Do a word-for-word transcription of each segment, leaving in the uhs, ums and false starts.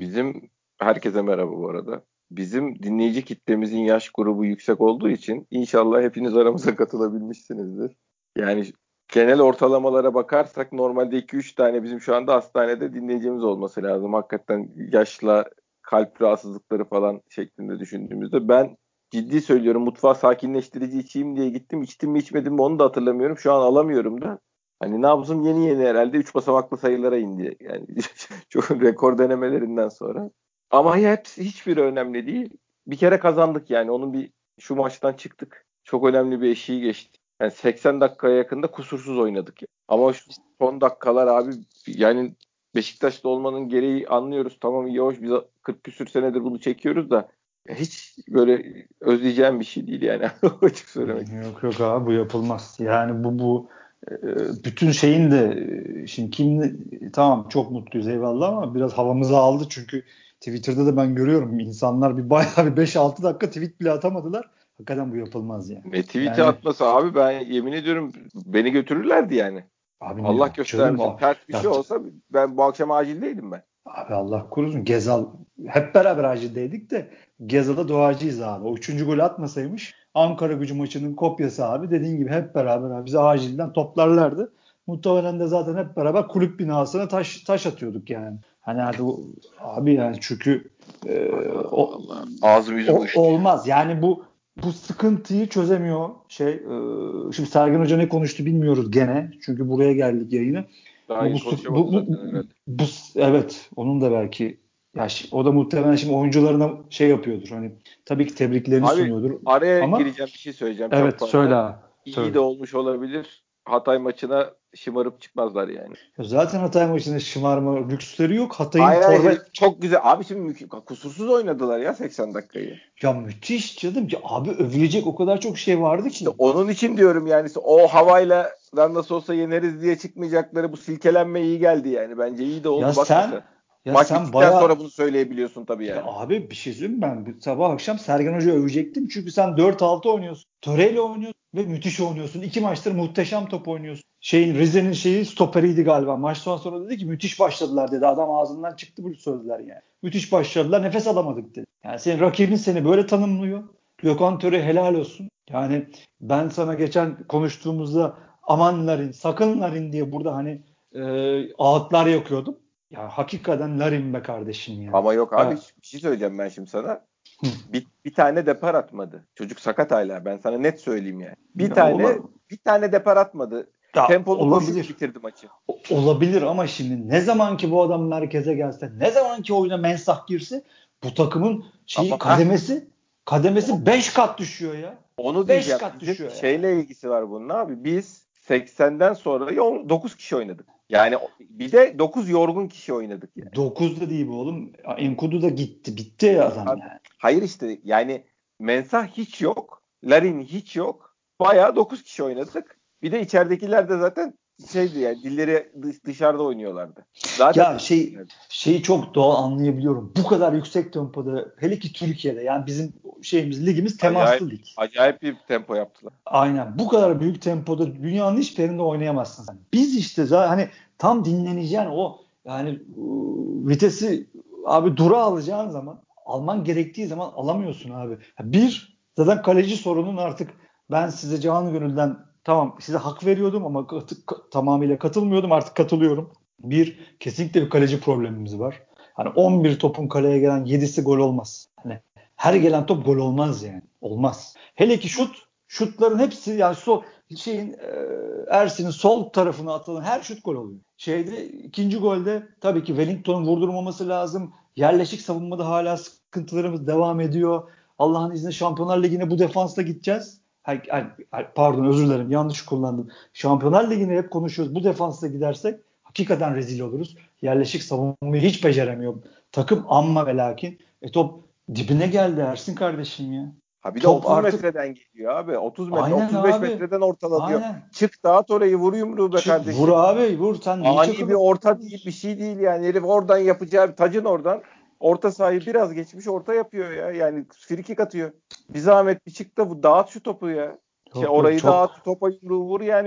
Bizim herkese merhaba bu arada. Bizim dinleyici kitlemizin yaş grubu yüksek olduğu için inşallah hepiniz aramıza katılabilmişsinizdir. Yani genel ortalamalara bakarsak normalde iki üç tane bizim şu anda hastanede dinleyicimiz olması lazım. Hakikaten yaşla kalp rahatsızlıkları falan şeklinde düşündüğümüzde ben ciddi söylüyorum mutfağa sakinleştirici içeyim diye gittim. İçtim mi içmedim mi onu da hatırlamıyorum. Şu an alamıyorum da. Hani nabzım yeni yeni herhalde üç basamaklı sayılara indi. Yani çok rekor denemelerinden sonra. Ama hepsi hiçbiri önemli değil. Bir kere kazandık yani. Onun bir şu maçtan çıktık. Çok önemli bir eşiği geçtik. Yani seksen dakikaya yakında kusursuz oynadık. Ama şu son dakikalar abi yani Beşiktaş'ta olmanın gereği anlıyoruz. Tamam iyi hoş biz kırk küsür senedir bunu çekiyoruz da hiç böyle özleyeceğim bir şey değil yani. Açık söylemek. Yok yok abi bu yapılmaz. Yani bu bu e, bütün şeyin de e, şimdi kim tamam çok mutluyuz eyvallah ama biraz havamızı aldı çünkü Twitter'da da ben görüyorum insanlar bir bayağı bir beş altı dakika tweet bile atamadılar. Hakikaten bu yapılmaz yani. Ne tweet'i Yani atmasa abi ben yemin ediyorum beni götürürlerdi yani. abi ne Allah canım göstermesin. o Ters bir ya, şey olsa ben bu akşam acildeydim ben. abi Allah korusun Gezal hep beraber acildeydik de Gezal'a duacıyız abi. O üçüncü golü atmasaymış Ankara Gücü maçının kopyası abi dediğin gibi hep beraber abi, bizi acilden toplarlardı. Muhtemelen de zaten hep beraber kulüp binasına taş taş atıyorduk yani. Hani hadi o, abi yani çünkü e, o, Allah. Ağzım yüzüm o uçtu. olmaz. Yani bu bu sıkıntıyı çözemiyor şey. E, şimdi Sergen Hoca ne konuştu bilmiyoruz gene. Çünkü buraya geldik yayını. Daha Ama bu, iyi sık- konuşamadı bu, bu, zaten herhalde. bu evet onun da belki ya şi- o da muhtemelen şimdi oyuncularına şey yapıyordur. Hani tabii ki tebriklerini Abi sunuyordur. araya Ama gireceğim bir şey söyleyeceğim çok evet söyle pardon. abi. İyi Söyle. de olmuş olabilir. Hatay maçına şımarıp çıkmazlar yani. Ya zaten Hatay maçında şımarma lüksleri yok. Hatay'ın Hayır hayır forvet çok güzel. Abi şimdi mü- kusursuz oynadılar ya seksen dakikayı. ya müthiş canım ki abi övülecek o kadar çok şey vardı İşte ki. onun için diyorum yani o havayla lan nasıl olsa yeneriz diye çıkmayacakları bu silkelenme iyi geldi yani. Bence iyi de Ya oldu bakma sen sen. ya Maç sen bittikten sonra baya bunu söyleyebiliyorsun tabii ya yani. abi bir şey söyleyeyim mi? Ben bu sabah akşam Sergen Hoca'yı övecektim. Çünkü sen dört altı oynuyorsun. Töreyle oynuyorsun ve müthiş oynuyorsun. İki maçtır muhteşem top oynuyorsun. Şeyin Rize'nin şeyi stoperiydi galiba. Maçtan sonra dedi ki müthiş başladılar dedi. Adam ağzından çıktı bu sözler yani. Müthiş başladılar nefes alamadık dedi. Yani senin rakibin seni böyle tanımlıyor. Gökhan Töre helal olsun. Yani ben sana geçen konuştuğumuzda aman Larin sakın Larin diye burada hani e, ağıtlar yakıyordum. Ya hakikaten Larin be kardeşim ya. Ama yok abi Ya, hiç- bir şey söyleyeceğim ben şimdi sana. hı. Bir, bir tane depar atmadı. Çocuk sakat hala ben sana net söyleyeyim yani. Bir Ya, ola, tane bir tane depar atmadı. ya Tempolu koşuyla olabilir. bitirdi maçı. O- olabilir ama şimdi ne zaman ki bu adam merkeze gelse, ne zaman ki oyuna mensah girse bu takımın şeyi Ama ha kademesi kademesi beş kat düşüyor ya. onu Beş diyeceğim. kat Bizim düşüyor yani. şeyle ilgisi var bunun abi. Biz seksenden sonra dokuz kişi oynadık. Yani bir de dokuz yorgun kişi oynadık yani. Dokuzda değil bu oğlum. Enkudu da gitti. Bitti ya adam Abi, yani. hayır işte yani Mensah hiç yok. Larin hiç yok. Bayağı dokuz kişi oynadık. Bir de içeridekiler de zaten şeydi yani dilleri dış- dışarıda oynuyorlardı. Zaten Ya şey şeyi çok doğal anlayabiliyorum. Bu kadar yüksek tempoda hele ki Türkiye'de yani bizim şeyimiz ligimiz acayip temaslı lig. acayip bir tempo yaptılar. Aynen. Bu kadar büyük tempoda dünyanın hiçbir yerinde oynayamazsın sen. Biz işte zaten hani tam dinleneceğin o yani ıı, vitesi abi dura alacağın zaman alman gerektiği zaman alamıyorsun abi. Bir zaten kaleci sorunun artık ben size canı gönülden tamam size hak veriyordum ama katı, ka- tamamıyla katılmıyordum artık katılıyorum. Bir kesinlikle bir kaleci problemimiz var. Hani on bir topun kaleye gelen yedisi gol olmaz. Hani her gelen top gol olmaz yani. Olmaz. Hele ki şut şutların hepsi yani sol şeyin e, Ersin'in sol tarafına atılan her şut gol oluyor. Şeyde ikinci golde tabii ki Wellington'un vurdurmaması lazım. Yerleşik savunmada hala sıkıntılarımız devam ediyor. Allah'ın izniyle Şampiyonlar Ligi'ne bu defansla gideceğiz. Hay, hay, pardon özür dilerim yanlış kullandım. Şampiyonlar Ligi'ne hep konuşuyoruz. Bu defansla gidersek hakikaten rezil oluruz. Yerleşik savunmayı hiç beceremiyor. Takım amma ve lakin. E top dibine geldi Ersin kardeşim ya. Ha bir de Top otuz artık metreden geliyor abi. otuz metre, aynen otuz beş abi. metreden ortala diyor. Aynen. Çık dağıt orayı vur yumruğu be Çık vur kardeşim. abi vur. Sen niye Ani bir çakılıp orta değil bir şey değil yani. Herif oradan yapacağı tacın oradan. Orta sahayı biraz geçmiş orta yapıyor ya. Yani frikik atıyor. Bir zahmet bir çık da bu dağıt şu topu ya. Şey Yok yok orayı dağıt çok topa yumruğu vur yani bir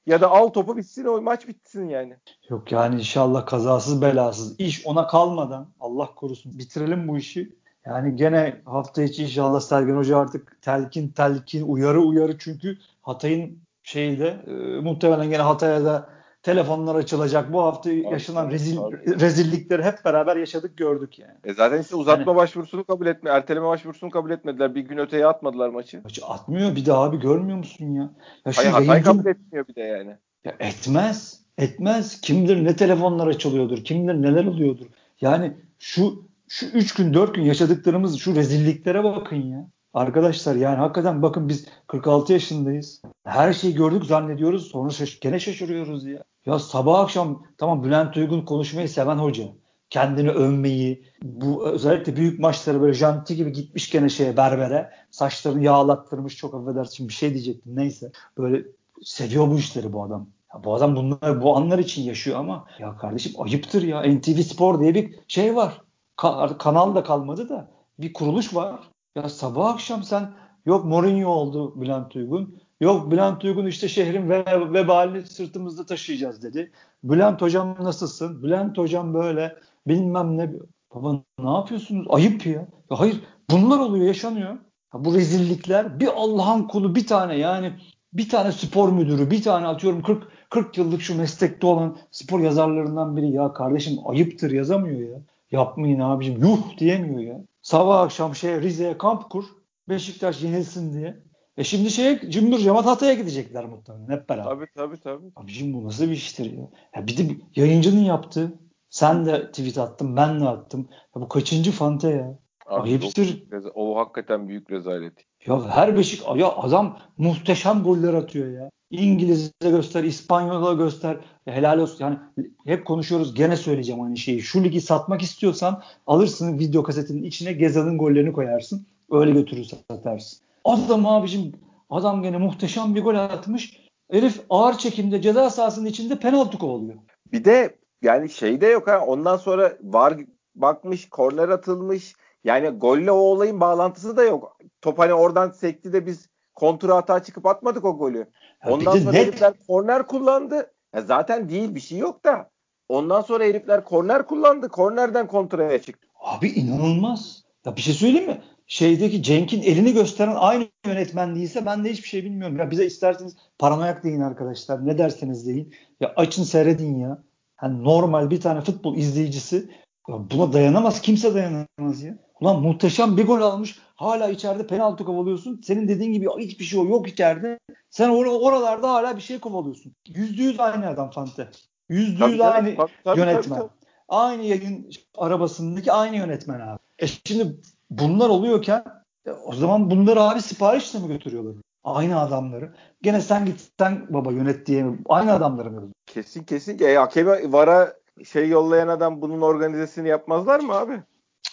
ya da al topu bitsin, o maç bitsin yani. Yok yani inşallah kazasız belasız iş ona kalmadan Allah korusun bitirelim bu işi. Yani gene hafta içi inşallah Sergen Hoca artık telkin telkin uyarı uyarı çünkü Hatay'ın şeyde e, muhtemelen gene Hatay'a da telefonlar açılacak. Bu hafta Abi, yaşanan tabii, rezil tabii. rezillikleri hep beraber yaşadık gördük yani. E zaten işte Hani uzatma başvurusunu kabul etme, erteleme başvurusunu kabul etmediler. Bir gün öteye atmadılar maçı. maçı atmıyor bir daha abi görmüyor musun ya? Ya Hayır, şu Hatay kabul yayıncı etmiyor bir de yani. ya etmez. Etmez. Kim bilir ne telefonlar açılıyordur. Kim bilir neler oluyordur. Yani şu şu üç gün dört gün yaşadıklarımız şu rezilliklere bakın ya. Arkadaşlar yani hakikaten bakın biz kırk altı yaşındayız. Her şeyi gördük zannediyoruz. Sonra şaş- gene şaşırıyoruz ya. Ya sabah akşam tamam Bülent Uygun konuşmayı seven hoca. Kendini övmeyi, bu özellikle büyük maçları böyle janti gibi gitmiş gene şeye berbere. Saçlarını yağlattırmış çok affedersin bir şey diyecektim neyse. Böyle seviyor bu işleri bu adam. Ya bu adam bunlar bu anlar için yaşıyor ama ya kardeşim ayıptır ya. N T V Spor diye bir şey var. Ka- kanal da kalmadı da bir kuruluş var. Ya sabah akşam sen yok Mourinho oldu Bülent Uygun. Yok Bülent Uygun işte şehrin ve vebalini sırtımızda taşıyacağız dedi. Bülent hocam nasılsın? Bülent hocam böyle bilmem ne. Baba ne yapıyorsunuz? Ayıp ya. Ya hayır bunlar oluyor yaşanıyor. Ya bu rezillikler bir Allah'ın kulu bir tane yani bir tane spor müdürü, bir tane atıyorum kırk kırk yıllık şu meslekte olan spor yazarlarından biri ya kardeşim ayıptır yazamıyor ya. Yapmayın abicim yuh diyemiyor ya. Sabah akşam şey Rize'ye kamp kur. Beşiktaş yenilsin diye. E şimdi şeye cümbür cemaat Hatay'a gidecekler muhtemelen hep beraber. Tabii, tabii, tabii. Abicim bu nasıl bir iştir ya? Ya bir de yayıncının yaptığı. Sen de tweet attın, ben de attım. Ya bu kaçıncı fante ya? Abi çok Ayıptır. reza- o hakikaten büyük rezalet. Ya her Beşik ya adam muhteşem goller atıyor ya. İngiliz'e göster, İspanyol'a göster. Ya helal olsun. Yani hep konuşuyoruz. Gene söyleyeceğim aynı şeyi. Şu ligi satmak istiyorsan alırsın video kasetinin içine Gezal'ın gollerini koyarsın. Öyle götürür satarsın. Adam abicim adam gene muhteşem bir gol atmış. Herif ağır çekimde ceza sahasının içinde penaltı kovalıyor. Bir de yani şey de yok ha. Ondan sonra var bakmış, korner atılmış. Yani golle o olayın bağlantısı da yok. Top hani oradan sekti de biz kontra hata çıkıp atmadık o golü. Ya bir Ondan de sonra net herifler korner kullandı. Ya zaten değil, bir şey yok da. Ondan sonra herifler korner kullandı. Kornerden kontraya çıktı. abi inanılmaz. Ya bir şey söyleyeyim mi? Şeydeki Cenk'in elini gösteren aynı yönetmen değilse ben de hiçbir şey bilmiyorum. Ya bize isterseniz paranoyak deyin arkadaşlar. Ne derseniz deyin. Ya açın seyredin ya. Yani normal bir tane futbol izleyicisi ya buna dayanamaz. Kimse dayanamaz ya. Ulan muhteşem bir gol almış. Hala içeride penaltı kovalıyorsun. Senin dediğin gibi hiçbir şey yok içeride. Sen or- oralarda hala bir şey kovalıyorsun. Yüzde yüz aynı adam Fante. Yüzde Tabii yüz canım. aynı Tabii, tabii, tabii, yönetmen. tabii. Aynı yayın arabasındaki aynı yönetmen abi. E şimdi bunlar oluyorken e, o zaman bunları abi siparişle mi götürüyorlar? Aynı adamları. Gene sen gitsen baba yönet diye mi? Aynı adamları mı? Kesin, kesin. E, hakeme vara şey yollayan adam bunun organizesini yapmazlar mı abi?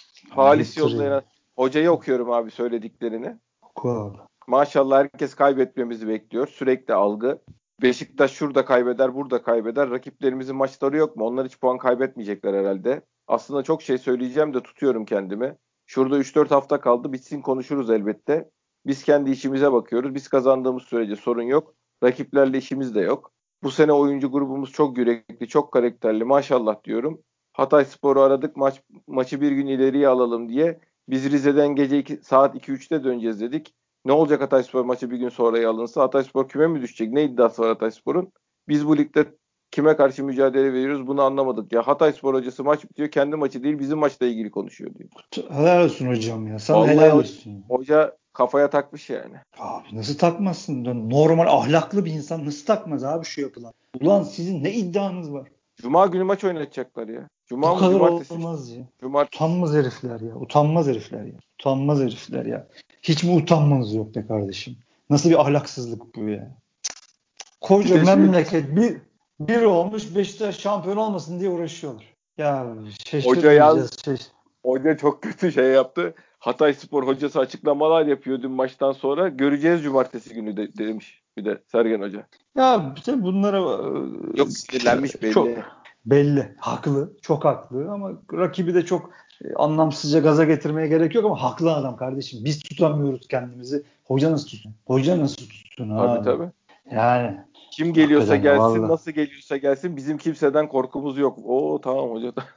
Halis Ayıptır yollayan ya. hocayı okuyorum abi söylediklerini. Oku abi. Maşallah herkes kaybetmemizi bekliyor. Sürekli algı. Beşiktaş şurada kaybeder, burada kaybeder. Rakiplerimizin maçları yok mu? Onlar hiç puan kaybetmeyecekler herhalde. Aslında çok şey söyleyeceğim de tutuyorum kendimi. Şurada üç dört hafta kaldı. Bitsin konuşuruz elbette. Biz kendi işimize bakıyoruz. Biz kazandığımız sürece sorun yok. Rakiplerle işimiz de yok. Bu sene oyuncu grubumuz çok yürekli, çok karakterli. Maşallah diyorum. Hatayspor'u aradık. Maç maçı bir gün ileriye alalım diye. Biz Rize'den gece iki, saat iki üçte döneceğiz dedik. Ne olacak Hatayspor maçı bir gün sonraya alınsa? Hatayspor küme mi düşecek? Ne iddiası var Hatayspor'un? Biz bu ligde kime karşı mücadele veriyoruz bunu anlamadık. Ya Hatayspor hocası maç bitiyor, kendi maçı değil bizim maçla ilgili konuşuyor diyor. Helal olsun hocam ya. Sana Vallahi helal hoca, olsun. hoca kafaya takmış yani. Abi nasıl takmazsın? Normal ahlaklı bir insan nasıl takmaz abi şu yapılan? Ulan sizin ne iddianız var? Cuma günü maç oynatacaklar ya. Bu Cuma mı? kadar Cumartesi. olmaz ya. Cumartesi. Utanmaz herifler ya. Utanmaz herifler ya. Utanmaz herifler ya. Hiç mi utanmanız yok be kardeşim? Nasıl bir ahlaksızlık bu ya? Bir Koca de şey, memleket bir bir olmuş Beşiktaş şampiyon olmasın diye uğraşıyorlar. Ya hoca yaz şaşırmayacağız. Şaş hoca çok kötü şey yaptı. Hatayspor hocası açıklamalar yapıyor dün maçtan sonra. Göreceğiz cumartesi günü de, demiş bir de Sergen Hoca. ya işte bunlara Yok, sinirlenmiş e, çok belli. belli. Haklı. Çok haklı ama rakibi de çok e, anlamsızca gaza getirmeye gerek yok ama haklı adam kardeşim. Biz tutamıyoruz kendimizi. Hoca nasıl tutsun? Hoca nasıl tutsun Tabii, abi? tabii. Yani Kim geliyorsa Hakikaten gelsin, vallahi. nasıl geliyorsa gelsin. Bizim kimseden korkumuz yok. Oo tamam hoca da.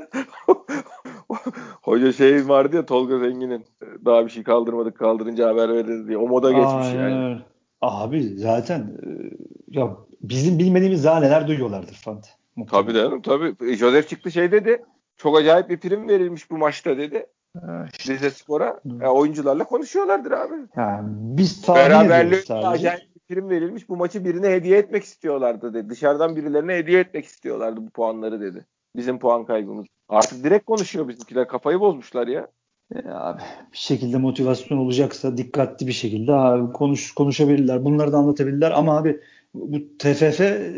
Hoca şey vardı ya, Tolga Zengin'in daha bir şey kaldırmadık, kaldırınca haber veririz diye. O moda geçmiş Aynen yani. öyle. Abi zaten e, ya bizim bilmediğimiz daha neler duyuyorlardır Fante. Tabii Muhtemelen. canım tabii. E, Joseph çıktı şey dedi. Çok acayip bir prim verilmiş bu maçta dedi. Ha, işte. Rizespor'a. E, oyuncularla konuşuyorlardır abi. Yani biz tahmin ediyoruz Beraberliğe sadece. acayip bir prim verilmiş. Bu maçı birine hediye etmek istiyorlardı dedi. Dışarıdan birilerine hediye etmek istiyorlardı bu puanları dedi. Bizim puan kaybımız. Artık direkt konuşuyor bizimkiler. Kafayı bozmuşlar ya. E, abi bir şekilde motivasyon olacaksa dikkatli bir şekilde abi, konuş konuşabilirler. Bunları da anlatabilirler ama abi bu T F F e,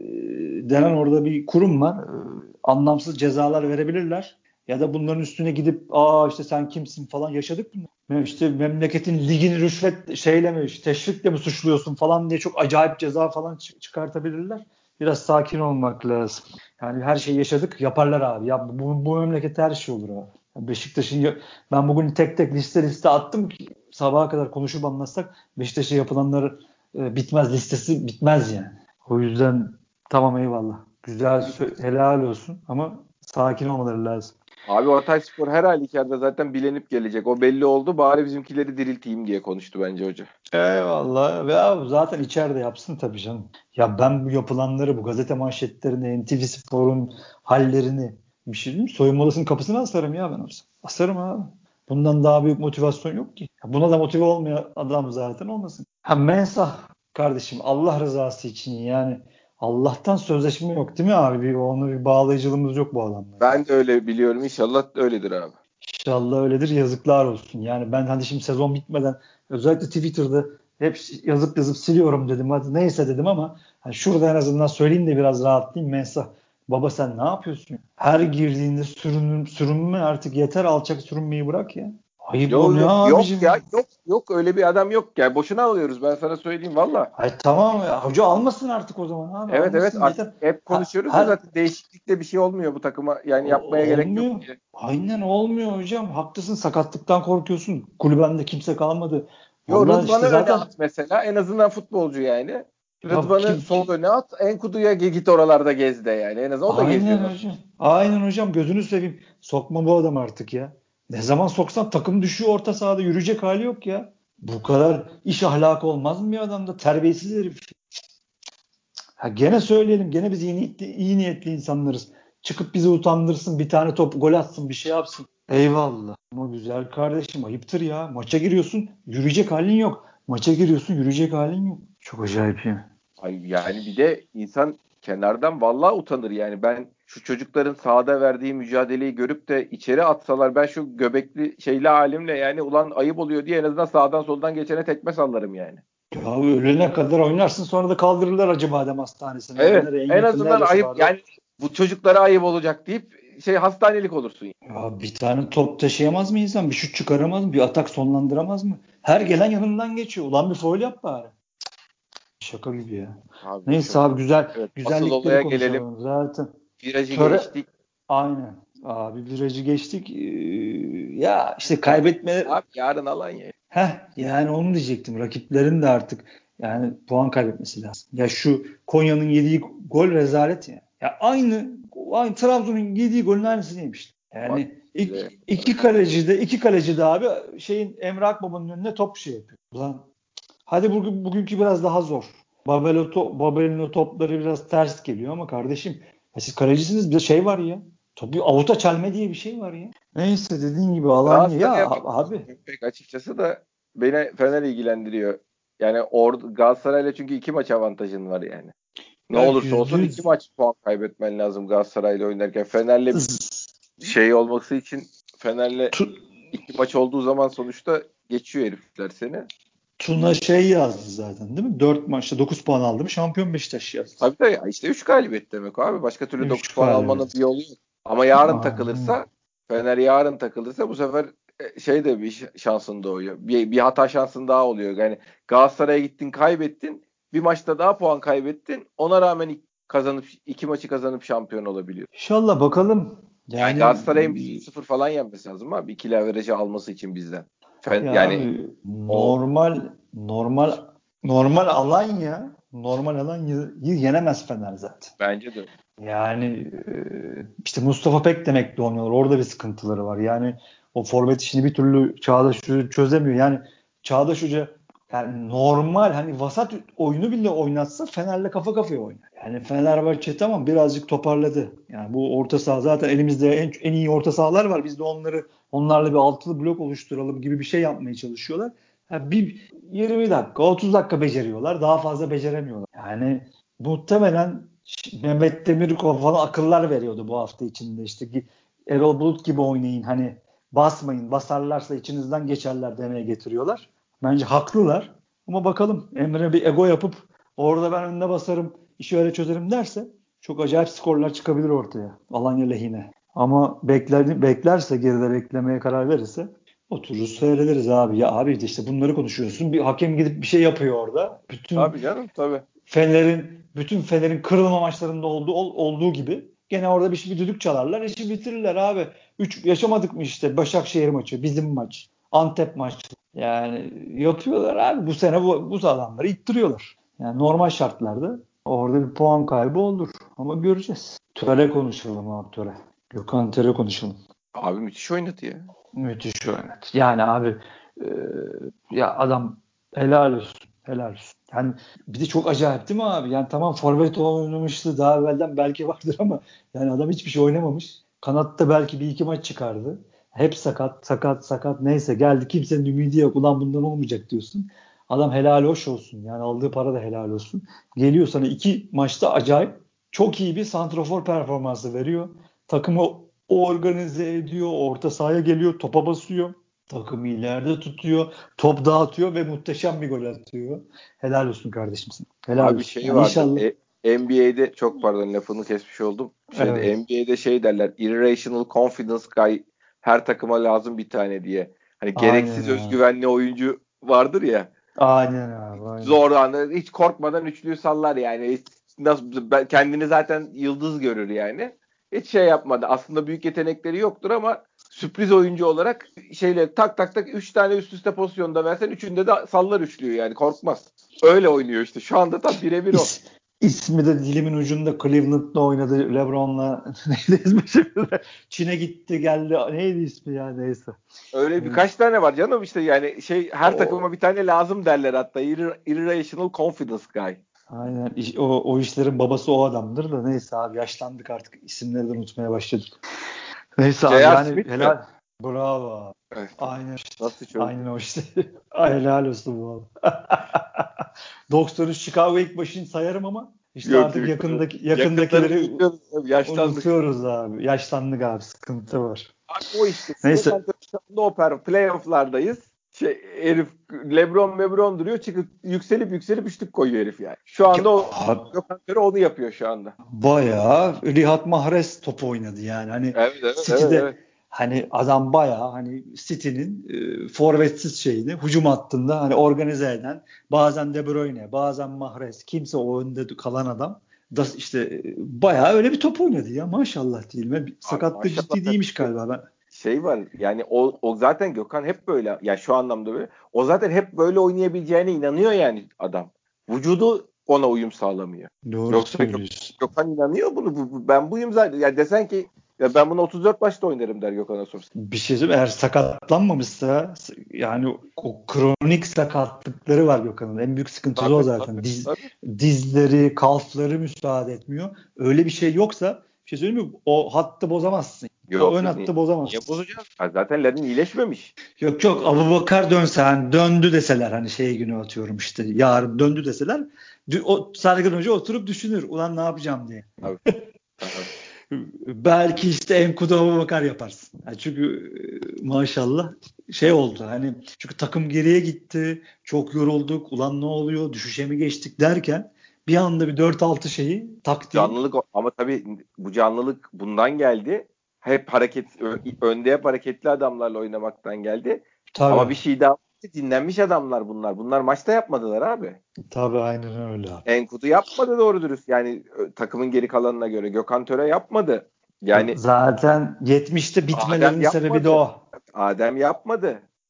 denen orada bir kurum var. E, anlamsız cezalar verebilirler. Ya da bunların üstüne gidip aa işte sen kimsin falan yaşadık mı? Ya İşte memleketin ligini rüşvet şeyle mi teşvikle mi suçluyorsun falan diye çok acayip ceza falan çı- çıkartabilirler. Biraz sakin olmak lazım. Yani her şeyi yaşadık yaparlar abi. Ya bu, bu memlekette her şey olur abi. Beşiktaş'ın ben bugün tek tek liste liste attım ki sabaha kadar konuşup anlatsak Beşiktaş'a yapılanları e, bitmez listesi bitmez yani. O yüzden tamam eyvallah. Güzel helal olsun ama sakin olmaları lazım. Abi Hatayspor her halükarda zaten bilenip gelecek. O belli oldu. Bari bizimkileri dirilteyim diye konuştu bence hoca. Eyvallah. Ve abi zaten içeride yapsın tabii canım. Ya ben bu yapılanları, bu gazete manşetlerini, N T V Spor'un hallerini bir şey diyeyim mi? Soyunma odasının kapısına asarım ya ben olsam. Asarım abi. Bundan daha büyük motivasyon yok ki. Buna da motive olmayan adam zaten olmasın. Ha Mensah kardeşim Allah rızası için yani Allah'tan sözleşme yok değil mi abi? Bir, onu bir bağlayıcılığımız yok bu adamla. Ben de öyle biliyorum. İnşallah öyledir abi. İnşallah öyledir. Yazıklar olsun. Yani ben hadi şimdi sezon bitmeden özellikle Twitter'da hep yazıp yazıp siliyorum dedim. Hadi neyse dedim ama hani şurada en azından söyleyeyim de biraz rahatlayayım. Mensah baba sen ne yapıyorsun? Her girdiğinde sürünüm, sürünme artık yeter alçak sürünmeyi bırak ya. Ayıp o Yok ne yok yok abicim ya. ya? Yok yok öyle bir adam yok. Yani boşuna alıyoruz, ben sana söyleyeyim valla. Ay tamam ya. Hoca almasın artık o zaman abi. Evet evet, Almasın artık yeter. hep Ha, konuşuyoruz ya her zaten, değişiklikle bir şey olmuyor bu takıma. Yani yapmaya o- gerek yok olmuyor. diye. Aynen olmuyor hocam. Haklısın sakatlıktan korkuyorsun. Kulübende kimse kalmadı. Yo, Vallahi Rıdvan'ı işte öne zaten at mesela. En azından futbolcu yani. ya Rıdvan'ı kim, sol öne at. Enkudu'ya git oralarda gez de yani. En azından o da geziyor aynen nasıl. hocam. Aynen hocam gözünü seveyim. Sokma bu adam artık ya. Ne zaman soksan takım düşüyor orta sahada yürüyecek hali yok ya. Bu kadar iş ahlakı olmaz mı bir adamda? Terbiyesiz herif. Ha gene söyleyelim. Gene biz iyi niyetli, iyi niyetli insanlarız. Çıkıp bizi utandırsın. Bir tane top gol atsın. Bir şey yapsın. Eyvallah. Ama güzel kardeşim ayıptır ya. Maça giriyorsun. Yürüyecek halin yok. Maça giriyorsun. Yürüyecek halin yok. Çok acayip ya. Ay, yani bir de insan kenardan vallahi utanır yani. Ben şu çocukların sahada verdiği mücadeleyi görüp de içeri atsalar, ben şu göbekli şeyli halimle yani ulan ayıp oluyor diye en azından sağdan soldan geçene tekme sallarım yani. Ya ölene kadar oynarsın sonra da kaldırırlar Acıbadem Hastanesi'ne. Orada Evet, nereye en en yakın azından neresi ayıp vardı? yani, bu çocuklara ayıp olacak deyip şey hastanelik olursun. Ya bir tane top taşıyamaz mı insan? Bir şut çıkaramaz mı? Bir atak sonlandıramaz mı? Her gelen yanından geçiyor. Ulan bir faul yap bari. Şaka gibi ya. Abi Neyse çok, abi güzel evet, asıl güzellikleri olaya gelelim. konuşalım. Zaten Virajı töre geçtik. aynen. Abi virajı geçtik. Ee, ya işte Ya, kaybetme abi yarın Alanya. heh yani onu diyecektim. Rakiplerin de artık yani puan kaybetmesi lazım. Ya şu Konya'nın yediği gol rezalet ya. Ya aynı aynı Trabzon'un yediği golün aynısını yemişti. Bak Yani bize. iki, iki kaleci de iki kaleci de abi şeyin Emre Akbaba'nın önüne top şey yapıyor. Ulan hadi bugün bugünkü biraz daha zor. Babel o to, Babel'in o topları biraz ters geliyor ama kardeşim ya siz kalecisiniz bir de şey var ya. Topu avuta çelme diye bir şey var ya. Neyse dediğin gibi Alanya ya Galatasaray'a abi. bakıyorum pek açıkçası da beni Fener ilgilendiriyor. Yani or Galatasaray'la çünkü iki maç avantajın var yani. Ne Ya olursa yüzde olsun iki yüz maç puan kaybetmen lazım Galatasaray'la oynarken. Fener'le şey olması için, Fener'le Tu- iki maç olduğu zaman sonuçta geçiyor herifler seni. Tuna şey yazdı zaten değil mi? Dört maçta dokuz puan aldı mı şampiyon Beşiktaş yazdı. Tabii de ya işte üç galibiyet demek abi. Başka türlü dokuz üç puan almanın galibiyet. bir yolu yok. Ama yarın Aynen. takılırsa, Fener yarın takılırsa bu sefer e, şey de bir ş- şansın doğuyor. Bir, bir hata şansın daha oluyor. Yani Galatasaray'a gittin kaybettin. Bir maçta daha puan kaybettin. Ona rağmen ik- kazanıp iki maçı kazanıp şampiyon olabiliyor. İnşallah bakalım. Yani Yani Galatasaray'ın bir sıfır falan yenmesi lazım abi. İkili averajı alması için bizden. Fen, ya yani abi o normal normal normal Alanya normal alan y- yenemez Fener zaten. Bence de. Yani e, işte Mustafa Pek demek de oynuyorlar. Orada bir sıkıntıları var. Yani o forvet işini bir türlü Çağdaş Hoca çözemiyor. Yani Çağdaş Hoca yani normal hani vasat oyunu bile oynatsa Fener'le kafa kafaya oynar. Yani Fenerbahçe tamam birazcık toparladı. Yani bu orta saha zaten elimizde en, en iyi orta sahalar var. Biz de onları onlarla bir altılı blok oluşturalım gibi bir şey yapmaya çalışıyorlar. Yani bir yirmi dakika otuz dakika beceriyorlar. Daha fazla beceremiyorlar. Yani muhtemelen Mehmet Demirkol falan akıllar veriyordu bu hafta içinde. İşte Erol Bulut gibi oynayın hani basmayın. Basarlarsa içinizden geçerler demeye getiriyorlar. Bence haklılar. Ama bakalım Emre bir ego yapıp orada ben önüne basarım işi öyle çözerim derse çok acayip skorlar çıkabilir ortaya. Alanya lehine. Ama bekler, beklerse geride beklemeye karar verirse oturur seyrederiz abi. Ya abi işte bunları konuşuyorsun. Bir hakem gidip bir şey yapıyor orada. Bütün Tabii canım tabii. Fener'in bütün Fener'in kırılma maçlarında olduğu olduğu gibi gene orada bir, şey, bir düdük çalarlar, işi bitirirler abi. Üç yaşamadık mı işte Başakşehir maçı, bizim maç, Antep maçı. Yani yapıyorlar abi. Bu sene bu, bu adamları ittiriyorlar. Yani normal şartlarda orada bir puan kaybı olur. Ama göreceğiz. Töre konuşalım abi Töre. Gökhan Töre konuşalım. Abi müthiş oynadı ya. Müthiş oynadı. Yani abi e, ya adam helal olsun. Helal olsun. Yani bir de çok acayip değil mi abi? Yani tamam forvet oynamıştı daha evvelden belki vardır ama yani adam hiçbir şey oynamamış. Kanatta belki bir iki maç çıkardı. Hep sakat, sakat, sakat neyse geldi kimsenin ümidi yok. Ulan bundan olmayacak diyorsun. Adam helal hoş olsun. Yani aldığı para da helal olsun. Geliyor sana iki maçta acayip çok iyi bir santrafor performansı veriyor. Takımı organize ediyor. Orta sahaya geliyor. Topa basıyor. Takımı ileride tutuyor. Top dağıtıyor ve muhteşem bir gol atıyor. Helal olsun kardeşim sana. Helal Abi olsun. şey Yani vardır. inşallah. E, N B A'de çok pardon lafını kesmiş oldum. Şeyde Evet. N B A'de şey derler. Irrational confidence guy her takıma lazım bir tane diye. Hani Aynen gereksiz abi. özgüvenli oyuncu vardır ya. Aynen abi. Aynen. Zor anda hiç korkmadan üçlüyü sallar yani. Hiç, nasıl ben- kendini zaten yıldız görür yani. Hiç şey yapmadı. Aslında büyük yetenekleri yoktur ama sürpriz oyuncu olarak şeyle tak tak tak üç tane üst üste pozisyonda versen üçünde de sallar üçlüyü yani korkmaz. Öyle oynuyor işte. Şu anda tam birebir o. İs, ismi de dilimin ucunda Cleveland'da oynadı. LeBron'la neydi ismi şimdi? Çin'e gitti geldi. Neydi ismi ya neyse. Öyle Neyse. birkaç tane var canım işte yani şey her O, takıma bir tane lazım derler hatta. Ir- Irrational confidence guy. aynen. İş- O, o işlerin babası o adamdır da neyse abi yaşlandık artık isimleri de unutmaya başladık. Neyse abi J R. yani Smith mi? helal. Bravo. Evet. Aynen işte. Nasıl çözdü? Aynen o işte. Ay, helal olsun bu arada. doksan üç Chicago ilk başını sayarım ama işte Yok artık yok. yakındaki Yakınları yakındakileri unutuyoruz. Yaşlandık. unutuyoruz abi. Yaşlandık abi. Sıkıntı var. Abi o işte. Neyse. Gökhan Töre'nin oper playoff'lardayız. Şey, herif LeBron Lebron duruyor çıkıp yükselip yükselip üçlük koyuyor herif yani. Şu Ya, anda o Gökhan Töre onu yapıyor şu anda. bayağı Riyad Mahrez top oynadı yani. Hani Evet evet evet. City'de evet. hani adam bayağı hani City'nin e, forvetsiz şeyini hücum hattında hani organize eden bazen De Bruyne bazen Mahrez kimse o önde kalan adam da işte e, bayağı öyle bir top oynadı ya maşallah değil mi? Abi Sakatlığı maşallah ciddi değilmiş galiba ben. şey var yani o, o zaten Gökhan hep böyle ya şu anlamda böyle o zaten hep böyle oynayabileceğine inanıyor yani adam. Vücudu ona uyum sağlamıyor. Doğru Yoksa Gök, söylüyorsun. Gökhan inanıyor bunu. Bu, bu- ben buyum zaten. Ya desen ki ya ben bunu otuz dört maçta oynarım der Gökhan'a sorsan. Bir şey söyleyeyim eğer sakatlanmamışsa yani o kronik sakatlıkları var Gökhan'ın. En büyük sıkıntısı o Tabii zaten. tabii Diz, tabii. dizleri, kalfları müsaade etmiyor. Öyle bir şey yoksa bir şey söyleyeyim mi? O hattı bozamazsın. O Yok ön yok niye, hattı niye bozamazsın. bozacağız? Ha, zaten Larin iyileşmemiş. Yok yok Abubakar dönse hani döndü deseler hani şey günü atıyorum işte yarın döndü deseler o Sergen Hoca oturup düşünür ulan ne yapacağım diye. Tabii tabii. Belki işte Enkudu Abubakar yaparsın. Yani çünkü e, maşallah şey oldu hani çünkü takım geriye gitti. Çok yorulduk. Ulan ne oluyor? Düşüşe mi geçtik derken bir anda bir dört altı şeyi taktiği Canlılık o- ama tabii bu canlılık bundan geldi. Hep hareket ö- önde hep hareketli adamlarla oynamaktan geldi. Ama tabii bir şey daha dinlenmiş adamlar bunlar. Bunlar maçta yapmadılar abi. tabii aynen öyle abi. Enkudu yapmadı doğru dürüst. Yani ö, takımın geri kalanına göre Gökhan Töre yapmadı. Yani Zaten yetmişte Adem bitmelerinin sebebi de yapmadı. o. Adem yapmadı.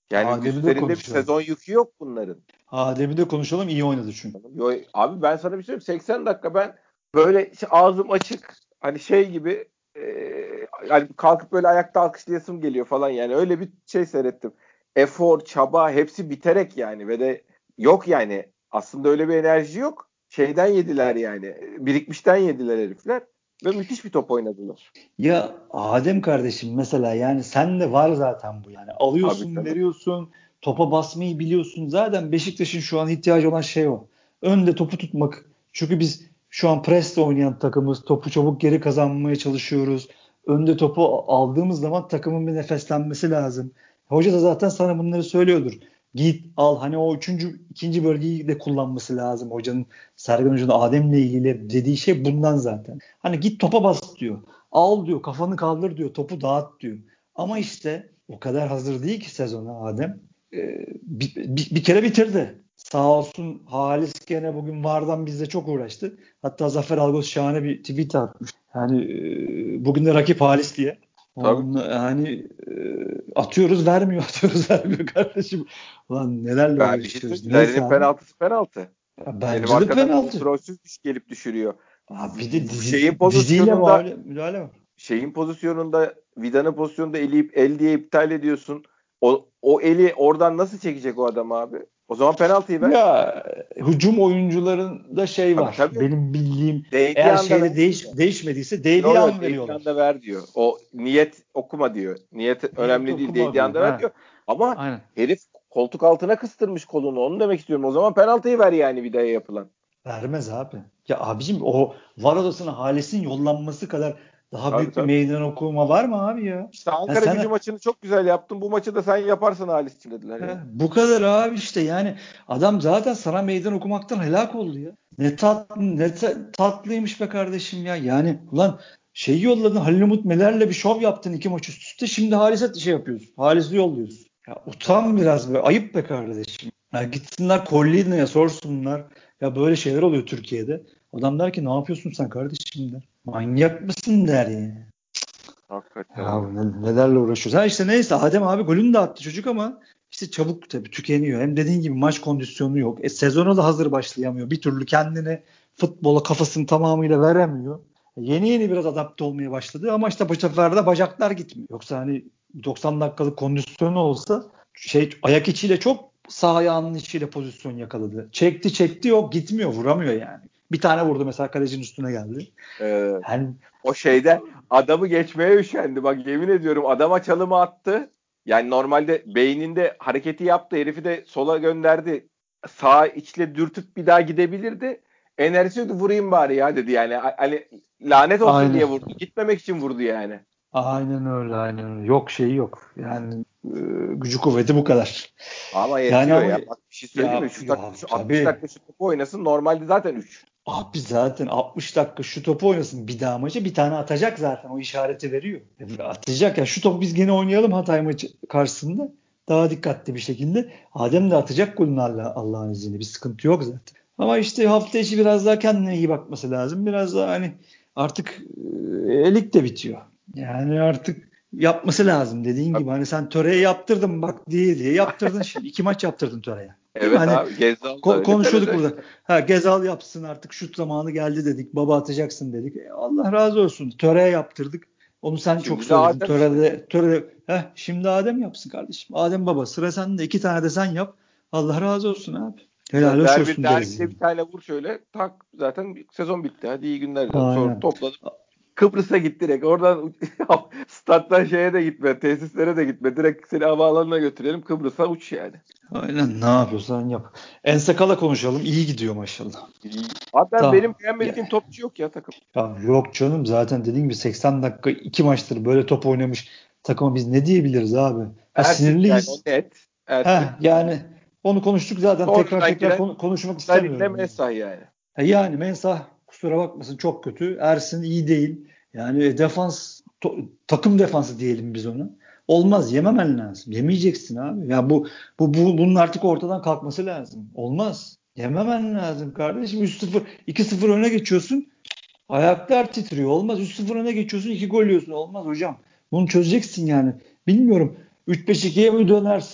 Yani Adem'i de üstlerinde bir konuşalım. sezon yükü yok bunların. Adem'i de konuşalım. İyi oynadı çünkü. Yo, abi ben sana bir şey söyleyeyim. seksen dakika ben böyle işte ağzım açık hani şey gibi e, hani kalkıp böyle ayakta alkışlayasım geliyor falan yani öyle bir şey seyrettim. Efor, çaba hepsi biterek yani ve de yok yani aslında öyle bir enerji yok. Şeyden yediler yani. Birikmişten yediler herifler ve müthiş bir top oynadılar. Ya Adem kardeşim mesela yani sen de var zaten bu yani. Tabii Alıyorsun, canım. veriyorsun, topa basmayı biliyorsun. Zaten Beşiktaş'ın şu an ihtiyacı olan şey o. Önde topu tutmak. Çünkü biz şu an presle oynayan takımız. Topu çabuk geri kazanmaya çalışıyoruz. Önde topu aldığımız zaman takımın bir nefeslenmesi lazım. Hoca da zaten sana bunları söylüyordur. Git al hani o üçüncü, ikinci bölgeyi de kullanması lazım hocanın. Sergen Hoca'nın Adem'le ilgili dediği şey bundan zaten. Hani git topa bas diyor. Al diyor, kafanı kaldır diyor, topu dağıt diyor. Ama işte o kadar hazır değil ki sezona Adem. Ee, bir, bir, bir kere bitirdi. Sağ olsun Halis gene bugün VAR'dan bizle çok uğraştı. Hatta Zafer Algöz şahane bir tweet atmış. Yani e, bugün de rakip Halis diye. Tabii. Onun, yani e, atıyoruz vermiyor, atıyoruz vermiyor kardeşim. Ulan nelerle Ben bir şey söyleyeyim. uğraşıyoruz. Neyse Larin'in abi. penaltısı penaltı. Ya Benim bence de arkadan penaltı. kontrolsüz düş gelip düşürüyor. Abi bir de Şeyin dizi, diziyle pozisyonunda müdahale, müdahale var. şeyin pozisyonunda Vida'nın pozisyonunda eli el diye iptal ediyorsun. O, o eli oradan nasıl çekecek o adam abi? O zaman penaltıyı ver. Ya hücum oyuncularında şey Tabii var. tabii. Benim bildiğim Değdiği eğer anda ver şeyde değiş, diyor. değişmediyse Yo değdiği yo an değdiği veriyorlar. anda ver diyor. O niyet okuma diyor. Niyet Niyet önemli değil. okuma Değdiği diyor. anda ver Ha, diyor. Ama aynen. herif koltuk altına kıstırmış kolunu. Onu demek istiyorum. O zaman penaltıyı ver yani Vida'ya yapılan. Vermez abi. Ya abicim o var odasına Halis'in yollanması kadar daha Tabii büyük bir tabii. meydan okuma var mı abi ya? İşte Ya Ankara Gücü sana maçını çok güzel yaptın. Bu maçı da sen yaparsın Halis'ciğim dediler he, ya. bu kadar abi işte yani adam zaten sana meydan okumaktan helak oldu ya. Ne tat ne ta- tatlıymış be kardeşim ya. Yani ulan şeyi yolladın Halil Umut Meler'le bir şov yaptın iki maç üst üste. Şimdi Halis'e şey yapıyorsun. Halis'i yolluyorsun. Ya utan biraz be. Ayıp be kardeşim. Ya gitsinler Collini'ye sorsunlar. Ya böyle şeyler oluyor Türkiye'de. Adam der ki ne yapıyorsun sen kardeşim der. Manyak mısın der yani. Hakikaten Ya öyle. ne- nelerle uğraşıyoruz. Ha işte neyse Adem abi golünü de attı çocuk ama işte çabuk tabii tükeniyor. Hem dediğin gibi maç kondisyonu yok. E, sezona da hazır başlayamıyor. Bir türlü kendini futbola kafasını tamamıyla veremiyor. E, yeni yeni biraz adapte olmaya başladı ama işte bu sefer de bacaklar gitmiyor. Yoksa hani doksan dakikalık kondisyonu olsa şey ayak içiyle çok sağ ayağının içiyle pozisyon yakaladı. Çekti çekti yok gitmiyor vuramıyor yani. Bir tane vurdu mesela kalecinin üstüne geldi. Ee, Yani O şeyde adamı geçmeye üşendi. Bak yemin ediyorum adama çalımı attı. Yani normalde beyninde hareketi yaptı. Herifi de sola gönderdi. Sağ içle dürtüp bir daha gidebilirdi. Enerjisi yoktu vurayım bari ya dedi yani. Hani lanet olsun diye aynen. vurdu. Gitmemek için vurdu yani. Aynen öyle, aynen öyle. Yok şeyi yok. Yani e, gücü kuvveti bu kadar. Ama Yani yetiyor ama ya. Bak bir şey söyleyeyim mi? ya Şu, tak, ya şu altmış tabii dakika şu topu oynasın. Normalde zaten üç. abi zaten altmış dakika şu topu oynasın bir daha maçı bir tane atacak zaten o işareti veriyor. E, atacak ya şu topu biz gene oynayalım Hatay maçı karşısında daha dikkatli bir şekilde. Adem de atacak golünü Allah, Allah'ın izniyle bir sıkıntı yok zaten. Ama işte hafta içi biraz daha kendine iyi bakması lazım. Biraz daha hani artık e, lig de bitiyor. Yani artık yapması lazım dediğin gibi. Hani sen Töre'ye yaptırdın bak diye diye yaptırdın şimdi. iki maç yaptırdın Töre'ye. Değil mi? Evet Hani abi. Gezzal da ko- öyle konuşuyorduk Tereza burada. işte. Ha Gezal yapsın artık şut zamanı geldi dedik. Baba atacaksın dedik. E, Allah razı olsun. Töre'ye yaptırdık. Onu sen çok Şimdi de söyledin. Adem işte. Töre'de, Töre'de, heh, şimdi Adem yapsın kardeşim. Adem baba sıra sende. İki tane de sen yap. Allah razı olsun abi. Helal hoş Derbi, olsun deriz derbide yani. bir tane vur şöyle tak zaten sezon bitti. Hadi iyi günler diyorum. Sonra Aynen. topladım. Kıbrıs'a git direkt. Oradan stat'tan şeye de gitme. Tesislere de gitme. Direkt seni havaalanına götürelim. Kıbrıs'a uç yani. Aynen ne yapıyorsan yap. Ensekala konuşalım. İyi gidiyor maşallah. İyi. Hatta benim Da beğenmediğim ya, topçu yok ya takım. ya yok canım zaten dediğim gibi seksen dakika iki maçtır böyle top oynamış takıma biz ne diyebiliriz abi? Ha Ersin yani o sinirliyiz. net. Ersin. Ha yani onu konuştuk zaten tekrar Sonradan tekrar giren konu- konuşmak Larin'le istemiyorum yani. Mensah yani. Ha yani Mensah kusura bakmasın çok kötü. Ersin iyi değil. Yani defans to- takım defansı diyelim biz ona. Olmaz yememen lazım. Yemeyeceksin abi. Ya bu bu, bu bunun artık ortadan kalkması lazım. Olmaz. Yememen lazım kardeşim. üç sıfır iki sıfır öne geçiyorsun. Ayaklar titriyor. Olmaz. üç sıfır öne geçiyorsun. iki gol yiyorsun. Olmaz hocam. Bunu çözeceksin yani. Bilmiyorum. üç beş ikiye mi dönersin?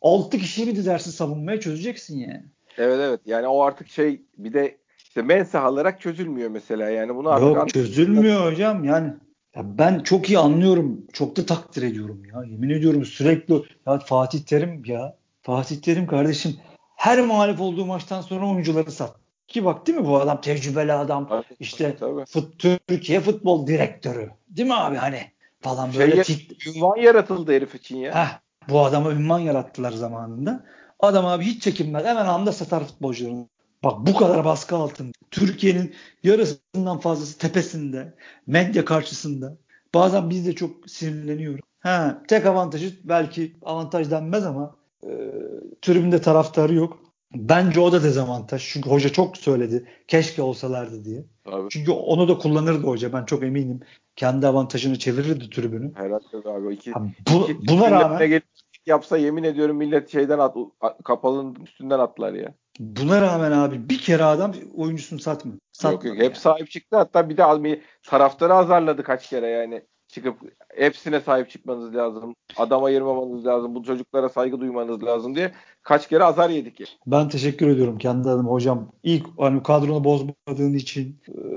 altı kişiyi mi dizersin savunmaya, çözeceksin yani. Evet evet. Yani o artık şey, bir de işte men sahalarak çözülmüyor mesela. Yani bunu artık Yok, antrenörler. çözülmüyor hocam yani. Ya ben çok iyi anlıyorum. Çok da takdir ediyorum ya. Yemin ediyorum sürekli ya Fatih Terim ya. Fatih Terim kardeşim her mağlup olduğu maçtan sonra oyuncuları sat. Ki bak değil mi, bu adam tecrübeli adam. Tabii, İşte tabii. fut, Türkiye futbol direktörü. Değil mi abi hani falan Şey böyle ya- tik. ünvan yaratıldı herif için ya. Heh, bu adama ünvan yarattılar zamanında. Adam abi hiç çekinmez. Hemen anda satar futbolcularını. Bak bu kadar baskı altında. Türkiye'nin yarısından fazlası tepesinde. Medya karşısında. Bazen biz de çok sinirleniyoruz. Ha, tek avantajı, belki avantaj denmez ama e, tribünde taraftarı yok. Bence o da dezavantaj. Çünkü hoca çok söyledi. Keşke olsalardı diye. Abi. Çünkü onu da kullanırdı hoca. Ben çok eminim. Kendi avantajını çevirirdi tribünü. Herhalde abi. O iki, Ha, iki bu, buna gündemine rağmen gelip yapsa yemin ediyorum millet şeyden at, kapalının üstünden atlar ya. buna rağmen abi bir kere adam oyuncusunu satmadı. Yok yok, Satmadı hep yani. sahip çıktı, hatta bir de almayı taraftarı azarladı kaç kere yani. Çıkıp hepsine sahip çıkmanız lazım. Adam ayırmamanız lazım. Bu çocuklara saygı duymanız lazım diye kaç kere azar yedik ya. Ben teşekkür ediyorum kendi adıma hocam. İlk hani kadronu bozmadığın için,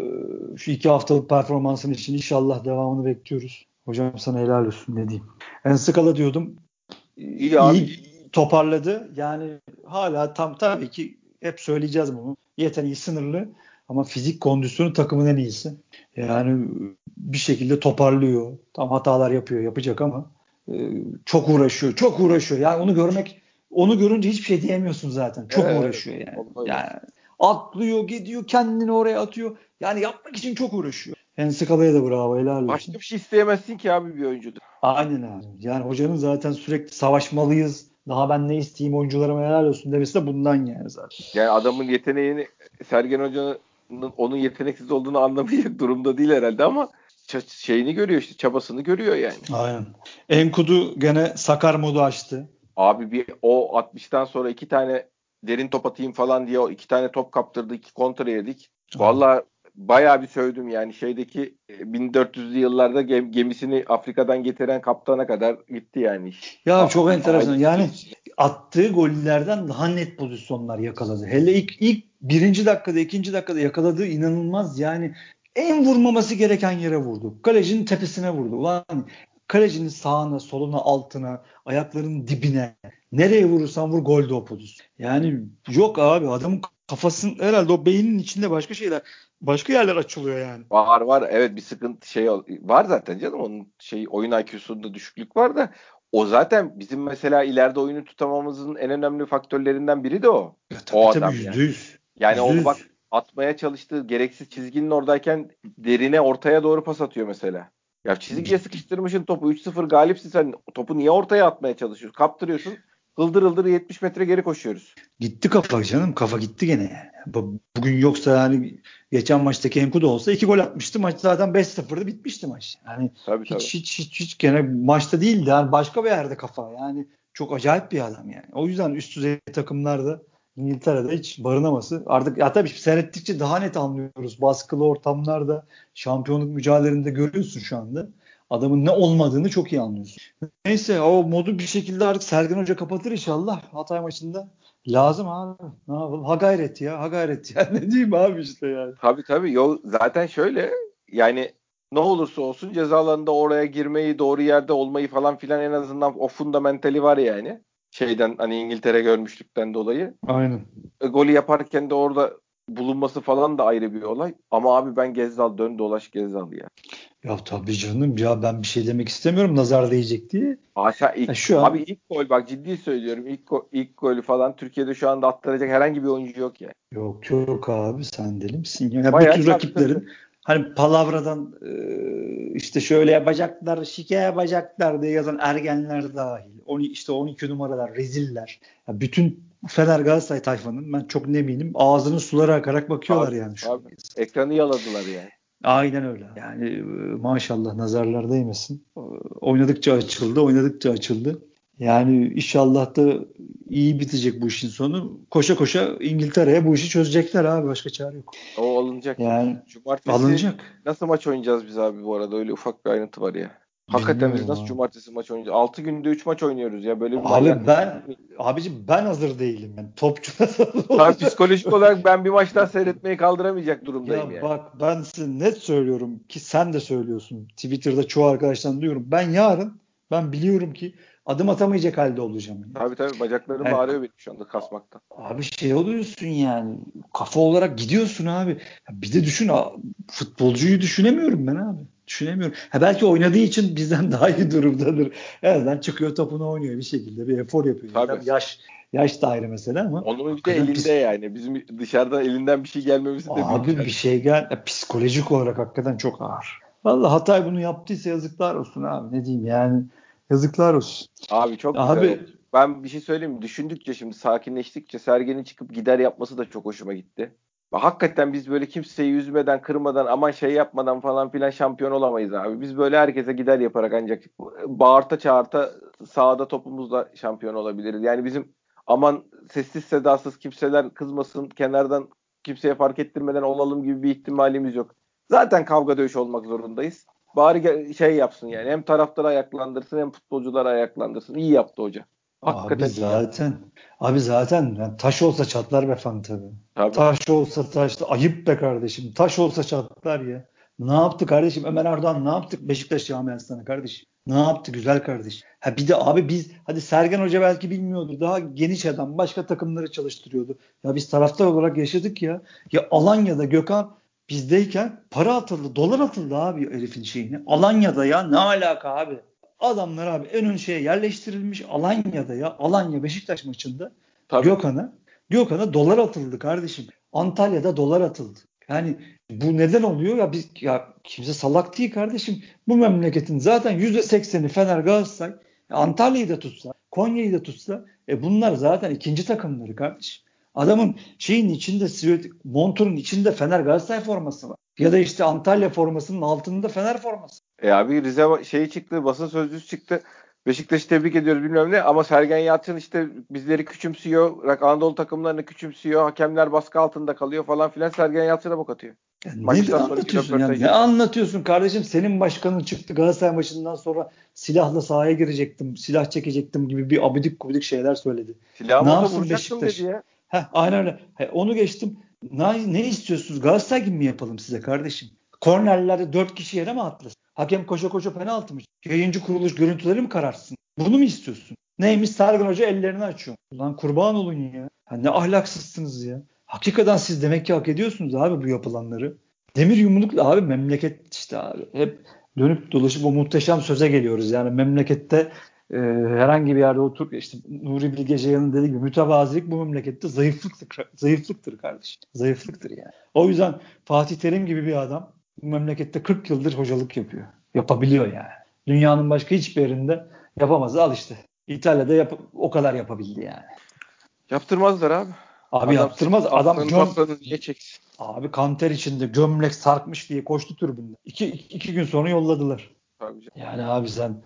e, şu iki haftalık performansın için inşallah devamını bekliyoruz. Hocam sana helal olsun ne diyeyim. Enskala diyordum. İyi abi. İyi toparladı. Yani hala tam, tabii ki hep söyleyeceğiz bunu. Yeteneği sınırlı ama fizik kondisyonu takımın en iyisi. Yani bir şekilde toparlıyor. Tam hatalar yapıyor, yapacak ama e, çok uğraşıyor, çok uğraşıyor. Yani onu görmek, onu görünce hiçbir şey diyemiyorsun zaten. Çok Evet, evet. uğraşıyor yani. Olmaz mı? Yani atlıyor, gidiyor, kendini oraya atıyor. Yani yapmak için çok uğraşıyor. Ensikala'ya da bravo, helal Başka olsun. bir şey isteyemezsin ki abi bir oyuncuda. Aynen abi. Yani hocanın zaten sürekli savaşmalıyız. Daha ben ne isteyeyim, oyuncularıma helal olsun demesi de bundan yani zaten. Yani adamın yeteneğini, Sergen Hoca'nın onun yeteneksiz olduğunu anlamayacak durumda değil herhalde ama ç- şeyini görüyor işte, çabasını görüyor yani. Aynen. Enkudu gene sakar modu açtı. Abi bir o altmıştan sonra iki tane derin top atayım falan diye o iki tane top kaptırdı, iki kontra yedik. Aynen. Vallahi bayağı bir sövdüm yani, şeydeki e, bin dört yüzlü yıllarda gem- gemisini Afrika'dan getiren kaptana kadar gitti yani iş. Ya A- çok enteresan. aile Yani içine. attığı gollerden daha net pozisyonlar yakaladı. Hele ilk, ilk birinci dakikada, ikinci dakikada yakaladığı inanılmaz. Yani en vurmaması gereken yere vurdu. Kalecinin tepesine vurdu. Ulan kalecinin sağına, soluna, altına, ayaklarının dibine. Nereye vurursan vur, golde o pozisyon. Yani yok abi, adamın kafasının herhalde, o beyninin içinde başka şeyler, başka yerler açılıyor yani. Var var, evet, bir sıkıntı şey ol- var zaten canım, onun şey oyun I Q'sunda düşüklük var da o zaten bizim mesela ileride oyunu tutamamızın en önemli faktörlerinden biri de o. Ya tabii O tabii, adam yüzde yani. yüz. Yani Yüzde o bak, yüz. atmaya çalıştığı gereksiz çizginin oradayken derine ortaya doğru pas atıyor mesela. Ya çizgiye sıkıştırmışsın topu, üç sıfır galipsin sen, topu niye ortaya atmaya çalışıyorsun? Kaptırıyorsun. Hıldır hıldır yetmiş metre geri koşuyoruz. Gitti kafa canım. Kafa gitti gene yani. Bu- Bugün yoksa yani geçen maçtaki Enkudu olsa iki gol atmıştı. Maç zaten beş sıfırdı, bitmişti maç. Yani Tabii tabii. hiç hiç hiç hiç gene maçta değildi. Yani başka bir yerde kafa. Yani çok acayip bir adam yani. O yüzden üst düzey takımlarda İngiltere'de hiç barınaması. Artık ya tabii seyrettikçe daha net anlıyoruz. Baskılı ortamlarda, şampiyonluk mücadelelerinde görüyorsun şu anda. Adamın ne olmadığını çok iyi anlıyorsun. Neyse, o modu bir şekilde artık Sergen Hoca kapatır inşallah Hatay maçında. Lazım abi. Ne yapalım? Ha gayret ya. Ha gayret ya. Ne diyeyim abi işte yani. Tabii tabii. Yo, zaten şöyle yani, ne olursa olsun ceza alanında oraya girmeyi, doğru yerde olmayı falan filan, en azından o fundamentali var yani. Şeyden, hani İngiltere görmüşlükten dolayı. Aynen. E, golü yaparken de orada bulunması falan da ayrı bir olay. Ama abi ben Gezzal, dön dolaş Gezzal ya. Ya tabii canım ya, ben bir şey demek istemiyorum nazar değecek diye. Aşağı ilk Ya şu abi an ilk gol, bak ciddi söylüyorum, ilk go- ilk golü falan Türkiye'de şu anda attıracak herhangi bir oyuncu yok ya. yok yok abi, sen deli misin ya? Ya bu Bayağı tür çaktırdı. rakiplerin hani palavradan e, işte şöyle yapacaklar, şike yapacaklar diye yazan ergenler dahil. Onu işte on iki numaralar, reziller. Ya bütün Fener Galatasaray tayfanın, ben çok eminim, ağzının suları akarak bakıyorlar Abi, yani şu an. abi ekranı yaladılar yani. Aynen öyle. Yani e, maşallah nazarlar değmesin. E, Oynadıkça açıldı, oynadıkça açıldı. Yani inşallah da iyi bitecek bu işin sonu. Koşa koşa İngiltere'ye bu işi çözecekler abi. Başka çare yok. O alınacak ya. Yani Cumartesi alınacak. nasıl maç oynayacağız biz abi bu arada? Öyle ufak bir ayrıntı var ya. Hakikaten biz Bilmiyorum nasıl abi. cumartesi maç oynuyoruz? altı günde üç maç oynuyoruz ya. Böyle bir Abi manyaklık. ben abicim ben hazır değilim. Yani topçu nasıl Tabii olacak? psikolojik olarak ben bir maçtan seyretmeyi kaldıramayacak durumdayım Ya yani. bak ben size net söylüyorum ki sen de söylüyorsun. Twitter'da çoğu arkadaştan duyuyorum. Ben yarın ben biliyorum ki adım atamayacak halde olacağım. Yani. Tabii tabii bacaklarım Yani, ağrıyor benim şu anda kasmaktan. abi şey oluyorsun yani kafa olarak gidiyorsun abi. Ya bir de düşün a- futbolcuyu düşünemiyorum ben abi. Düşünemiyorum. Ha belki oynadığı için bizden daha iyi durumdadır. En azından çıkıyor topunu oynuyor bir şekilde bir efor yapıyor. Yani Tabii. tabii yaş yaş da ayrı mesele ama Onun bir de hakikaten elinde pis, yani. Bizim dışarıdan elinden bir şey gelmemesi de büyük abi bir çare. şey gel ya psikolojik olarak hakikaten çok ağır. Vallahi Hatay bunu yaptıysa yazıklar olsun abi ne diyeyim yani yazıklar olsun. Abi çok güzel oldu. Abi Ben bir şey söyleyeyim mi? Düşündükçe şimdi sakinleştikçe Sergen'in çıkıp gider yapması da çok hoşuma gitti. Hakikaten biz böyle kimseyi üzmeden, kırmadan, aman şey yapmadan falan filan şampiyon olamayız abi. Biz böyle herkese gider yaparak ancak bağırta çağırta sahada topumuzla şampiyon olabiliriz. Yani bizim aman sessiz sedasız kimseler kızmasın, kenardan kimseye fark ettirmeden olalım gibi bir ihtimalimiz yok. Zaten kavga dövüş olmak zorundayız. Bari şey yapsın yani. Hem taraftarı ayaklandırsın hem futbolcuları ayaklandırsın. İyi yaptı hoca. abi Hakikaten iyi yaptı. zaten abi zaten yani taş olsa çatlar be fan tabii. Tabii. Taş olsa taş ayıp be kardeşim. Taş olsa çatlar ya. Ne yaptı kardeşim? Ömer Erdoğan ne yaptık Beşiktaş camiasına kardeşim? Ne yaptı güzel kardeş? Ha bir de abi biz hadi Sergen Hoca belki bilmiyordu. Daha geniş adam başka takımları çalıştırıyordu. Ya biz taraftar olarak yaşadık ya. Ya Alanya'da Gökhan bizdeyken para atıldı. Dolar atıldı abi herifin şeyine. Alanya'da ya ne alaka abi? Adamlar abi en ön şeye yerleştirilmiş Alanya'da ya. Alanya Beşiktaş maçında Tabii. Gökhan'a Gökhan'a dolar atıldı kardeşim. Antalya'da dolar atıldı. Yani bu neden oluyor ya biz ya kimse salak değil kardeşim. Bu memleketin zaten yüzde sekseni Fener Galatasaray. Antalya'yı da tutsa, Konya'yı da tutsa e bunlar zaten ikinci takımları kardeşim. Adamın şeyin içinde montunun içinde Fener Galatasaray forması var. Ya da işte Antalya formasının altında Fener forması. E abi Rize şeyi çıktı, basın sözcüsü çıktı. Beşiktaş'ı tebrik ediyoruz bilmem ne ama Sergen Yalçın işte bizleri küçümsüyor. Anadolu takımlarını küçümsüyor. Hakemler baskı altında kalıyor falan filan. Sergen Yalçın'a bok atıyor. Ya ne Maçtan sonraki anlatıyorsun ya? röportaj Ne yapıyor. anlatıyorsun kardeşim? Senin başkanın çıktı Galatasaray maçından sonra silahla sahaya girecektim, silah çekecektim gibi bir abidik gubidik şeyler söyledi. Ne Silahımı olsa yapsın vuracaktım dedi Beşiktaş? ya. Heh, aynen öyle. He, onu geçtim. Ne, ne istiyorsunuz? Galatasaray gibi mi yapalım size kardeşim? Kornerlerde dört kişi yere mi atlasın? Hakem koşa koşa penaltı mı? Yayıncı kuruluş görüntüleri mi kararsın? Bunu mu istiyorsun? Neymiş Sergen Hoca ellerini açıyor. Ulan kurban olun ya. Ha, ne ahlaksızsınız ya. Hakikaten siz demek ki hak ediyorsunuz abi bu yapılanları. Demir yumrukla abi memleket işte abi. Hep dönüp dolaşıp o muhteşem söze geliyoruz. Yani memlekette e, herhangi bir yerde otur işte Nuri Bilge Ceylan'ın dediği gibi mütevazilik bu memlekette zayıflıktır, zayıflıktır kardeşim. Zayıflıktır yani. O yüzden Fatih Terim gibi bir adam bu memlekette kırk yıldır hocalık yapıyor. Yapabiliyor yani. Dünyanın başka hiçbir yerinde yapamaz. Al işte. İtalya'da yap- o kadar yapabildi yani. Yaptırmazlar abi. Abi Adam yaptırmaz. senin Adam aslanın göm aslanı niye çeksin? abi kanter içinde gömlek sarkmış diye koştu tribünde. İki, iki, iki gün sonra yolladılar. Tabii canım. Yani abi sen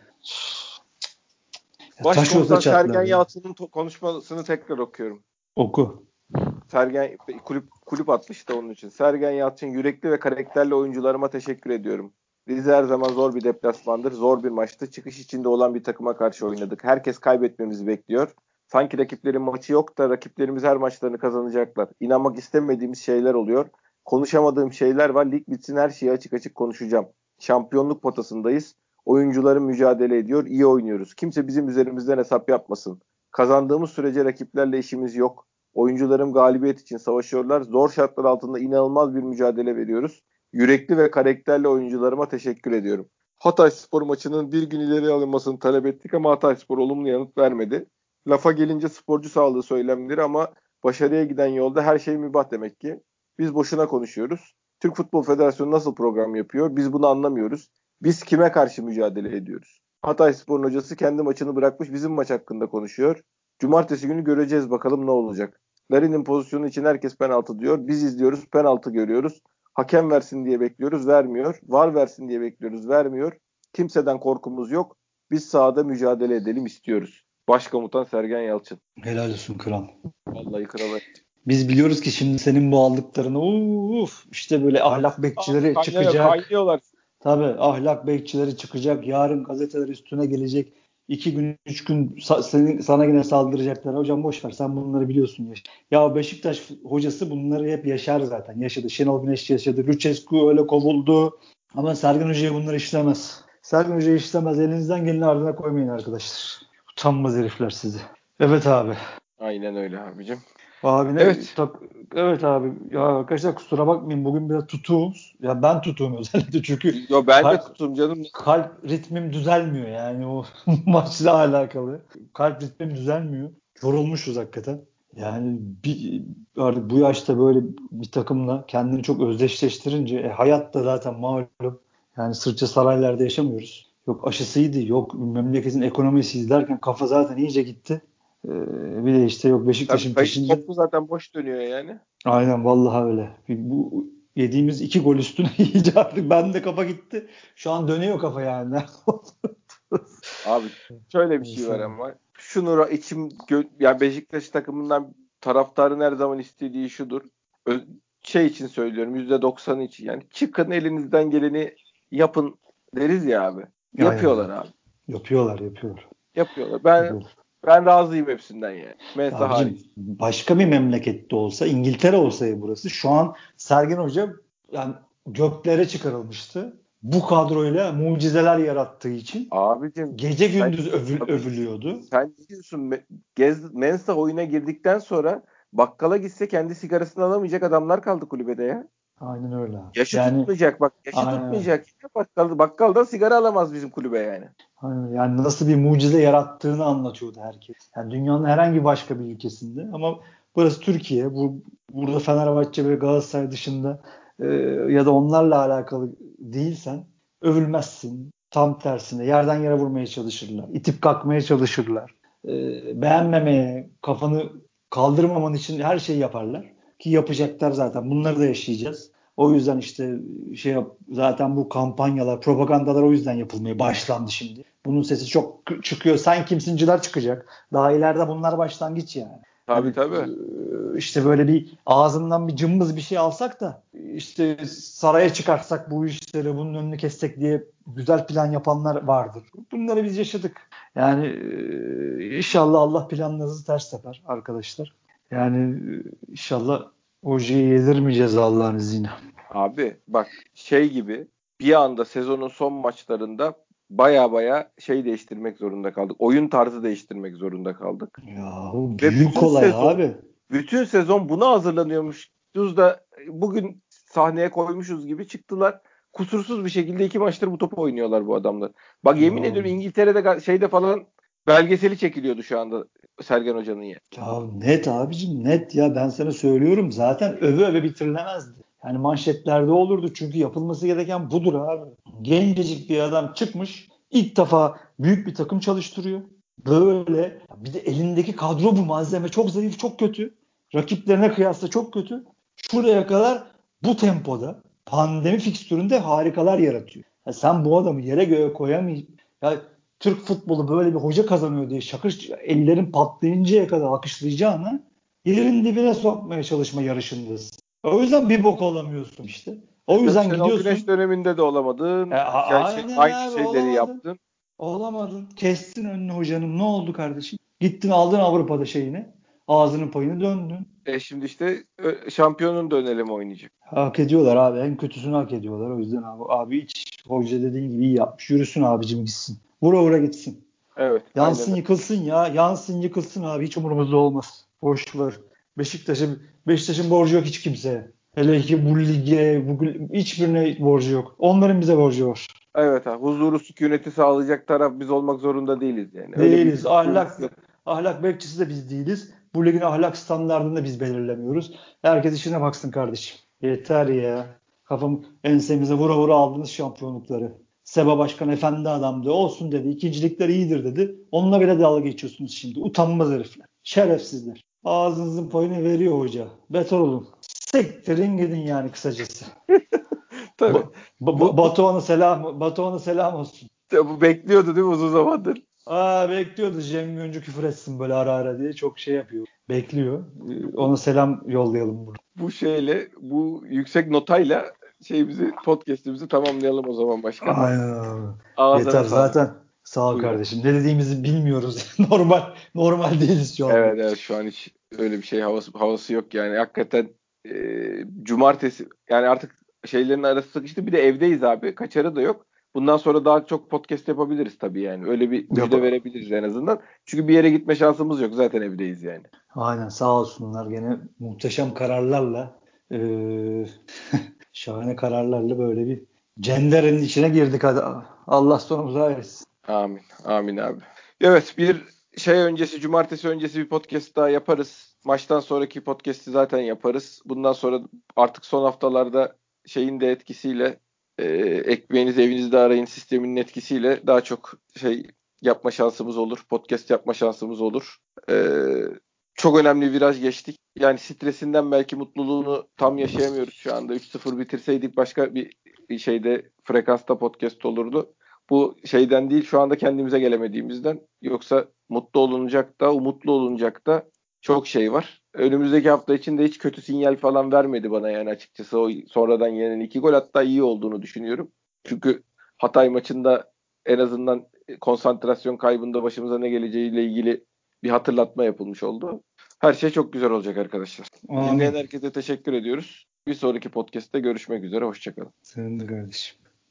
ya taş olsa Başkomutan Sergen çatlar ya. Yalçın'ın to- konuşmasını tekrar okuyorum. Oku. Sergen kulüp kulüp atmış da onun için. Sergen Yalçın yürekli ve karakterli oyuncularıma teşekkür ediyorum. Rize her zaman zor bir deplasmandır. Zor bir maçtı. Çıkış içinde olan bir takıma karşı oynadık. Herkes kaybetmemizi bekliyor. Sanki rakiplerin maçı yok da rakiplerimiz her maçlarını kazanacaklar. İnanmak istemediğimiz şeyler oluyor. Konuşamadığım şeyler var. Lig bitsin her şeyi açık açık konuşacağım. Şampiyonluk potasındayız. Oyuncularım mücadele ediyor. İyi oynuyoruz. Kimse bizim üzerimizden hesap yapmasın. Kazandığımız sürece rakiplerle işimiz yok. Oyuncularım galibiyet için savaşıyorlar. Zor şartlar altında inanılmaz bir mücadele veriyoruz. Yürekli ve karakterli oyuncularıma teşekkür ediyorum. Hatayspor maçının bir gün ileri alınmasını talep ettik ama Hatayspor olumlu yanıt vermedi. Lafa gelince sporcu sağlığı söylemleri ama başarıya giden yolda her şey mübah demek ki. Biz boşuna konuşuyoruz. Türk Futbol Federasyonu nasıl program yapıyor? Biz bunu anlamıyoruz. Biz kime karşı mücadele ediyoruz? Hatayspor'un hocası kendi maçını bırakmış bizim maç hakkında konuşuyor. Cumartesi günü göreceğiz bakalım ne olacak. Larin'in pozisyonu için herkes penaltı diyor. Biz izliyoruz, penaltı görüyoruz. Hakem versin diye bekliyoruz, vermiyor. VAR versin diye bekliyoruz, vermiyor. Kimseden korkumuz yok. Biz sahada mücadele edelim istiyoruz. Başkomutan Sergen Yalçın. Helal olsun kral. Vallahi krala. Biz biliyoruz ki şimdi senin bu aldıklarını uf işte böyle Abi, ahlak abi bekçileri kaynıyor, çıkacak. kaynıyorlar. Tabii ahlak bekçileri çıkacak. Yarın gazeteler üstüne gelecek. İki gün, üç gün sa- senin, sana yine saldıracaklar. Hocam boş ver, sen bunları biliyorsun. Ya, ya Beşiktaş hocası bunları hep yaşar zaten. Yaşadı. Şenol Güneş yaşadı. Lucescu öyle kovuldu. Ama Sergen Hoca'ya bunları işlemez. Sergen Hoca'ya işlemez. Elinizden geleni ardına koymayın arkadaşlar. Utanmaz herifler sizi. Evet abi. Aynen öyle abicim. Abi ne Evet. tak, evet abi ya arkadaşlar, kusura bakmayın, bugün biraz tutuğuz. Ya ben tutuğum özellikle, çünkü Yo, ben de kalp, tuttum canım. kalp ritmim düzelmiyor yani o maçla alakalı. Kalp ritmim düzelmiyor. Yorulmuşuz hakikaten. Yani bir, artık bu yaşta böyle bir takımla kendini çok özdeşleştirince e, hayat da zaten malum. Yani sırça saraylarda yaşamıyoruz. Yok aşısıydı, yok memleketin ekonomisiydi derken kafa zaten iyice gitti. Ee, bir de işte yok Tabii Beşiktaş'ın kayıp peşinde. toplu zaten boş dönüyor yani. Aynen vallahi öyle. Bu yediğimiz iki gol üstüne iyice artık bende kafa gitti. Şu an dönüyor kafa yani. Abi şöyle bir şey var Neyse. ama şunu ra- içim gö- yani Beşiktaş takımından taraftarın her zaman istediği şudur. Ö- şey için söylüyorum, yüzde doksanı için yani çıkın elinizden geleni yapın deriz ya abi. Aynen. Yapıyorlar abi. Yapıyorlar, yapıyorlar. Yapıyorlar. Ben Yapıyorlar. ben razıyım hepsinden yani. Mensa Abicim hariç. başka bir memlekette olsa, İngiltere olsa ya burası, şu an Sergen Hoca yani göklere çıkarılmıştı. Bu kadroyla mucizeler yarattığı için Abicim gece sen gündüz övül, abi övülüyordu. sen diyorsun Me- Gez, Mensa oyuna girdikten sonra bakkala gitse kendi sigarasını alamayacak adamlar kaldı kulübede ya. Aynen öyle abi. Yaşı Yani tutmayacak bak. Yaşı aynen. tutmayacak. Bakkal, bakkaldan sigara alamaz bizim kulübe yani. Aynen. Yani nasıl bir mucize yarattığını anlatıyordu herkes. Yani dünyanın herhangi başka bir ülkesinde, ama burası Türkiye. Bu burada Fenerbahçe ve Galatasaray dışında e, ya da onlarla alakalı değilsen övülmezsin. Tam tersine yerden yere vurmaya çalışırlar. İtip kalkmaya çalışırlar. E, beğenmemeye, kafanı kaldırmaman için her şeyi yaparlar. Ki yapacaklar zaten. Bunları da yaşayacağız. O yüzden işte şey yap, zaten bu kampanyalar, propagandalar o yüzden yapılmaya başlandı şimdi. Bunun sesi çok çıkıyor. Sen kimsinciler çıkacak. Daha ileride bunlar başlangıç yani. Hani Tabii tabii. işte böyle bir ağzından bir cımbız bir şey alsak da işte saraya çıkartsak bu işleri, bunun önünü kessek diye güzel plan yapanlar vardır. Bunları biz yaşadık. Yani inşallah Allah planlarınızı ters teper arkadaşlar. Yani inşallah Hoca'yı yedirmeyeceğiz Allah'ın izniyle. Abi bak şey gibi bir anda sezonun son maçlarında baya baya şey değiştirmek zorunda kaldık. Oyun tarzı değiştirmek zorunda kaldık. Yahu Ve büyük bütün olay sezon abi. bütün sezon buna hazırlanıyormuşuz da bugün sahneye koymuşuz gibi çıktılar. Kusursuz bir şekilde iki maçtır bu topu oynuyorlar bu adamlar. Bak yemin Ya, ediyorum İngiltere'de ga- şeyde falan belgeseli çekiliyordu şu anda Sergen Hoca'nın ya. ya net abicim, net ya, ben sana söylüyorum, zaten öve öve bitirilemezdi. Yani manşetlerde olurdu, çünkü yapılması gereken budur abi. Gencecik bir adam çıkmış, ilk defa büyük bir takım çalıştırıyor. Böyle bir de elindeki kadro, bu malzeme çok zayıf, çok kötü. Rakiplerine kıyasla çok kötü. Şuraya kadar bu tempoda pandemi fikstüründe harikalar yaratıyor. Ya sen bu adamı yere göğe koyamayacaksın. Ya Türk futbolu böyle bir hoca kazanıyor diye şakır ellerin patlayıncaya kadar alkışlayacağına yerin dibine sokmaya çalışma yarışındasın. O yüzden bir bok olamıyorsun işte. O E tabii yüzden Şenol Güneş gidiyorsun. döneminde de E, olamadın. a- Ya şey, aynen aynı abi, şeyleri olamadın. yaptın. Olamadın. Kestin önünü hocanın. Ne oldu kardeşim? Gittin aldın Avrupa'da şeyini. Ağzının payını döndün. E şimdi işte ö- şampiyonun dönemi oynayacak. Hak ediyorlar abi. En kötüsünü hak ediyorlar. O yüzden abi, abi hiç hoca dediğin gibi iyi yapmış. Yürüsün abicim, gitsin. Vura vura gitsin. Evet, aynen Yansın öyle. yıkılsın ya. Yansın yıkılsın abi. Hiç umurumuzda olmaz. Boş ver. Beşiktaş'ın Beşiktaş'ın borcu yok hiç kimseye. Hele ki bu lige, bu, hiçbirine borcu yok. Onların bize borcu var. Evet abi. Huzuru, sükuneti sağlayacak taraf biz olmak zorunda değiliz yani. Öyle bir Değiliz. yükümlülük Ahlak yok. ahlak bekçisi de biz değiliz. Bu ligin ahlak standartını da biz belirlemiyoruz. Herkes işine baksın kardeşim. Yeter ya. Kafam ensemize vura vura aldınız şampiyonlukları. Seba Başkan efendi adamdı. Olsun dedi. İkincilikler iyidir dedi. Onunla bile dalga geçiyorsunuz şimdi. Utanmaz herifler. Şerefsizler. Ağzınızın payını veriyor hoca. Beter olun. Sektirin gidin yani kısacası. Tabii. Ba- ba- Bu, bu, Batuhan'a selam, Batuhan'a selam olsun. bu bekliyordu değil mi uzun zamandır? Aa, bekliyordu Cem Göncü küfür etsin böyle ara ara diye, çok şey yapıyor. Bekliyor. Ee, Ona selam yollayalım burada. Bu şeyle, bu yüksek notayla şeyimizi, podcast'imizi tamamlayalım o zaman başkan. Aynen abi. Ağzına Yeter sağlık. zaten. Sağ ol Buyurun. kardeşim. Ne dediğimizi bilmiyoruz. normal normal değiliz şu anda. Evet evet şu an hiç öyle bir şey havası, havası yok yani. Hakikaten e, cumartesi yani artık şeylerin arası sıkıştı. Bir de evdeyiz abi. Kaçarı da yok. Bundan sonra daha çok podcast yapabiliriz tabii yani. Öyle bir müjde Yap- verebiliriz en azından. Çünkü bir yere gitme şansımız yok. Zaten evdeyiz yani. Aynen sağ olsunlar gene muhteşem kararlarla eee, şahane kararlarla böyle bir cenderenin içine girdik. Hadi. Allah sonumuzu hayretsin. Amin. Amin abi. Evet bir şey öncesi cumartesi öncesi bir podcast daha yaparız. Maçtan sonraki podcast'i zaten yaparız. Bundan sonra artık son haftalarda şeyin de etkisiyle e, ekmeğinizi evinizde arayın sisteminin etkisiyle daha çok şey yapma şansımız olur. Podcast yapma şansımız olur. E, çok önemli viraj geçtik. Yani stresinden belki mutluluğunu tam yaşayamıyoruz şu anda. üç sıfır bitirseydik başka bir bir şeyde frekansta podcast olurdu. Bu şeyden değil şu anda kendimize gelemediğimizden. Yoksa mutlu olunacak da umutlu olunacak da çok şey var. Önümüzdeki hafta için de hiç kötü sinyal falan vermedi bana yani açıkçası. O sonradan yenen iki gol hatta iyi olduğunu düşünüyorum. Çünkü Hatay maçında en azından konsantrasyon kaybında başımıza ne geleceğiyle ilgili bir hatırlatma yapılmış oldu. Her şey çok güzel olacak arkadaşlar. Dinleyen Amin. herkese teşekkür ediyoruz. Bir sonraki podcast'te görüşmek üzere. Hoşçakalın. Senin de kardeşim.